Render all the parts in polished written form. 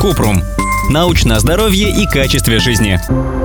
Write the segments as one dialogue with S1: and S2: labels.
S1: Купрум. Научное здоровье и качестве жизни.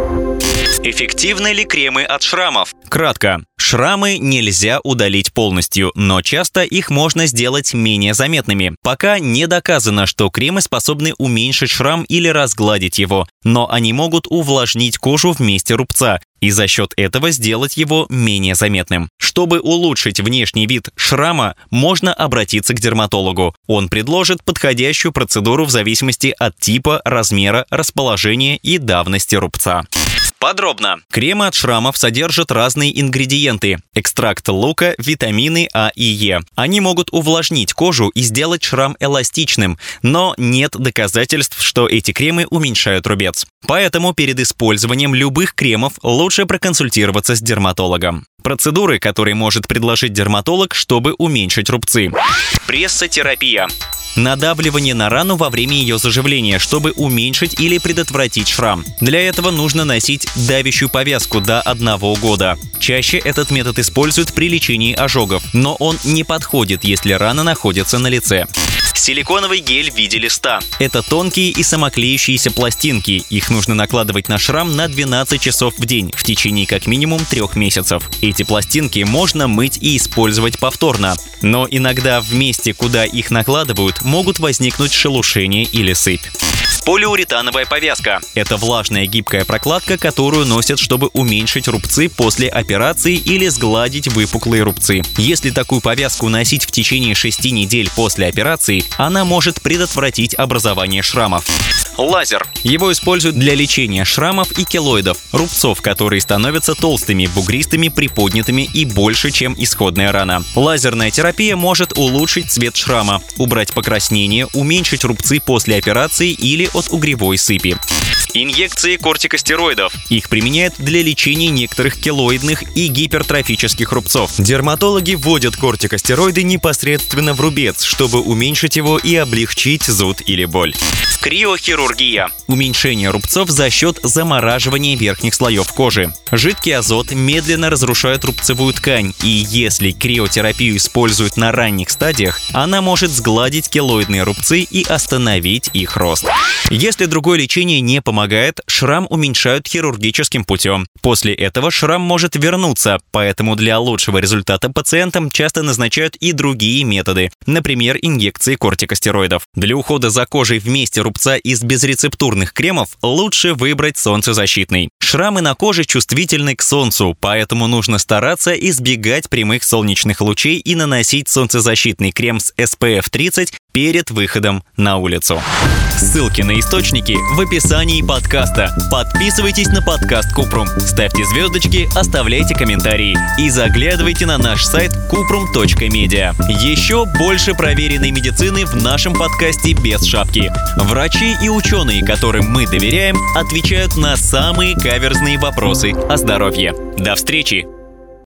S2: Эффективны ли кремы от шрамов?
S1: Кратко. Шрамы нельзя удалить полностью, но часто их можно сделать менее заметными. Пока не доказано, что кремы способны уменьшить шрам или разгладить его, но они могут увлажнить кожу в месте рубца и за счет этого сделать его менее заметным. Чтобы улучшить внешний вид шрама, можно обратиться к дерматологу. Он предложит подходящую процедуру в зависимости от типа, размера, расположения и давности рубца.
S2: Подробно.
S1: Кремы от шрамов содержат разные ингредиенты: экстракт лука, витамины А и Е. Они могут увлажнить кожу и сделать шрам эластичным, но нет доказательств, что эти кремы уменьшают рубец. Поэтому перед использованием любых кремов лучше проконсультироваться с дерматологом. Процедуры, которые может предложить дерматолог, чтобы уменьшить рубцы.
S2: Прессотерапия.
S1: Надавливание на рану во время ее заживления, чтобы уменьшить или предотвратить шрам. Для этого нужно носить давящую повязку до 1 года. Чаще этот метод используют при лечении ожогов, но он не подходит, если рана находится на лице.
S2: Силиконовый гель в виде листа.
S1: Это тонкие и самоклеющиеся пластинки. Их нужно накладывать на шрам на 12 часов в день в течение как минимум 3 месяцев. Эти пластинки можно мыть и использовать повторно. Но иногда в месте, куда их накладывают, могут возникнуть шелушение или сыпь.
S2: Полиуретановая повязка.
S1: Это влажная гибкая прокладка, которую носят, чтобы уменьшить рубцы после операции или сгладить выпуклые рубцы. Если такую повязку носить в течение 6 недель после операции, она может предотвратить образование шрамов.
S2: Лазер.
S1: Его используют для лечения шрамов и келоидов, рубцов, которые становятся толстыми, бугристыми, приподнятыми и больше, чем исходная рана. Лазерная терапия может улучшить цвет шрама, убрать покраснение, уменьшить рубцы после операции или от угревой сыпи.
S2: Инъекции кортикостероидов.
S1: Их применяют для лечения некоторых келоидных и гипертрофических рубцов. Дерматологи вводят кортикостероиды непосредственно в рубец, чтобы уменьшить его и облегчить зуд или боль.
S2: Криохирургия.
S1: Уменьшение рубцов за счет замораживания верхних слоев кожи. Жидкий азот медленно разрушает рубцевую ткань, и если криотерапию используют на ранних стадиях, она может сгладить келоидные рубцы и остановить их рост. Если другое лечение не помогает, шрам уменьшают хирургическим путем. После этого шрам может вернуться, поэтому для лучшего результата пациентам часто назначают и другие методы, например, инъекции кортикостероидов. Для ухода за кожей в месте рубца из безрецептурных кремов лучше выбрать солнцезащитный. Шрамы на коже чувствительны к солнцу, поэтому нужно стараться избегать прямых солнечных лучей и наносить солнцезащитный крем с SPF 30 перед выходом на улицу. Ссылки на источники в описании подкаста. Подписывайтесь на подкаст Купрум, ставьте звездочки, оставляйте комментарии и заглядывайте на наш сайт kuprum.media. Еще больше проверенной медицины в нашем подкасте без шапки. Врачи и ученые, которым мы доверяем, отвечают на самые каверзные вопросы о здоровье. До встречи!